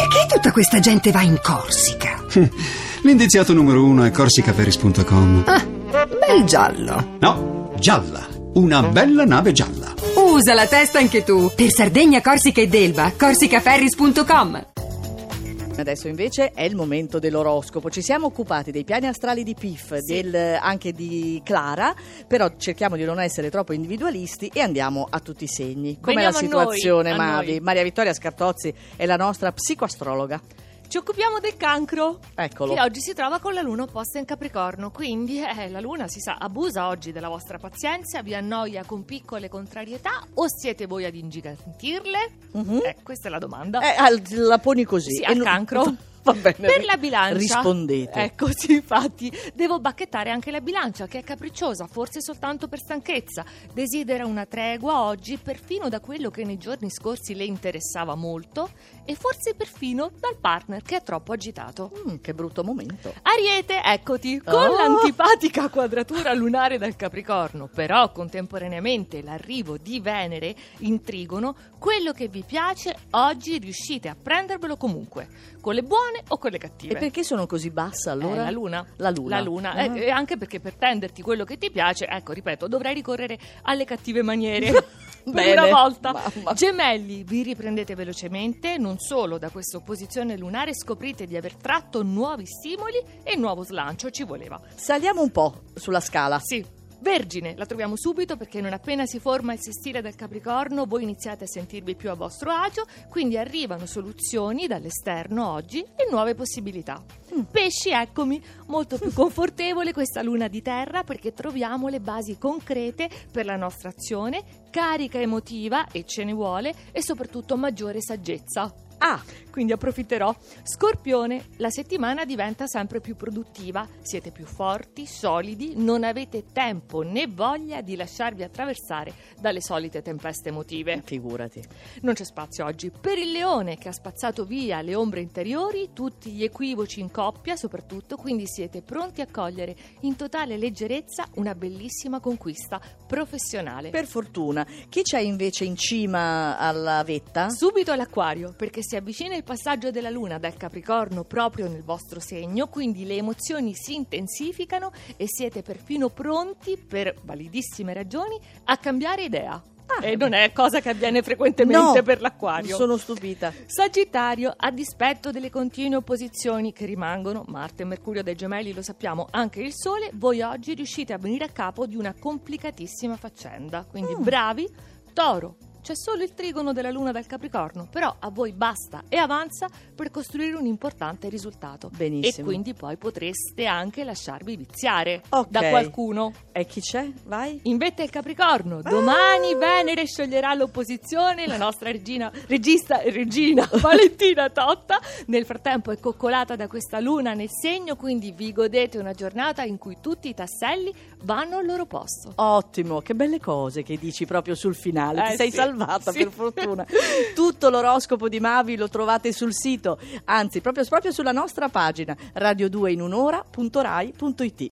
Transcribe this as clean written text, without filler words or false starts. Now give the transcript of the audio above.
Perché tutta questa gente va in Corsica? L'indiziato numero 1 è corsicaferris.com. Ah, bel giallo. No, gialla. Una bella nave gialla. Usa la testa anche tu. Per Sardegna, Corsica ed Elba, corsicaferris.com. Adesso invece è il momento dell'oroscopo. Ci siamo occupati dei piani astrali di Pif, anche di Clara, però cerchiamo di non essere troppo individualisti e andiamo a tutti i segni. Com'è la situazione, Mavi? Maria Vittoria Scartozzi è la nostra psicoastrologa. Ci occupiamo del cancro, Eccolo. che oggi si trova con la luna opposta in Capricorno, quindi la luna, si sa, abusa oggi della vostra pazienza, vi annoia con piccole contrarietà o siete voi ad ingigantirle? Questa è la domanda. La poni così. Sì, al cancro. Va bene. Per la bilancia rispondete. Ecco, sì, infatti devo bacchettare anche la bilancia, che è capricciosa, forse soltanto per stanchezza. Desidera una tregua oggi, perfino da quello che nei giorni scorsi le interessava molto, e forse perfino dal partner che è troppo agitato. Che brutto momento. Ariete, eccoti, con l'antipatica quadratura lunare dal Capricorno, però contemporaneamente l'arrivo di Venere in Trigono, quello che vi piace oggi riuscite a prendervelo comunque, con le buone o con le cattive. E perché sono così bassa allora? La luna. La luna. E anche perché per prenderti quello che ti piace, ecco, ripeto, dovrai ricorrere alle cattive maniere. Per una volta. Mamma. Gemelli, vi riprendete velocemente, non solo da questa opposizione lunare scoprite di aver tratto nuovi stimoli e nuovo slancio ci voleva. Saliamo un po' sulla scala. Sì. Vergine, la troviamo subito perché non appena si forma il sestile del Capricorno voi iniziate a sentirvi più a vostro agio, quindi arrivano soluzioni dall'esterno oggi e nuove possibilità. Pesci, eccomi, molto più confortevole questa luna di terra perché troviamo le basi concrete per la nostra azione, carica emotiva, e ce ne vuole, e soprattutto maggiore saggezza. Quindi approfitterò. Scorpione, la settimana diventa sempre più produttiva, siete più forti, solidi, non avete tempo né voglia di lasciarvi attraversare dalle solite tempeste emotive. Figurati. Non c'è spazio oggi per il Leone, che ha spazzato via le ombre interiori, tutti gli equivoci in coppia soprattutto, quindi siete pronti a cogliere in totale leggerezza una bellissima conquista professionale. Per fortuna. Chi c'è invece in cima alla vetta? Subito all'Acquario, perché si avvicina il passaggio della Luna dal Capricorno proprio nel vostro segno, quindi le emozioni si intensificano e siete perfino pronti, per validissime ragioni, a cambiare idea. E non è cosa che avviene frequentemente per l'Acquario. Sono stupita. Sagittario, a dispetto delle continue opposizioni che rimangono, Marte e Mercurio dai Gemelli lo sappiamo, anche il Sole, voi oggi riuscite a venire a capo di una complicatissima faccenda. Quindi bravi. Toro, c'è solo il trigono della Luna dal Capricorno, però a voi basta e avanza per costruire un importante risultato. Benissimo. E quindi poi potreste anche lasciarvi viziare Ok. da qualcuno. E chi c'è? Vai. In vetta il Capricorno, domani Venere scioglierà l'opposizione, la nostra regina Valentina Totta nel frattempo è coccolata da questa luna nel segno, quindi vi godete una giornata in cui tutti i tasselli vanno al loro posto. Ottimo, che belle cose che dici proprio sul finale. Ti sei salvata, sì. per fortuna. Tutto l'oroscopo di Mavi lo trovate sul sito, anzi proprio sulla nostra pagina radio2inunora.rai.it.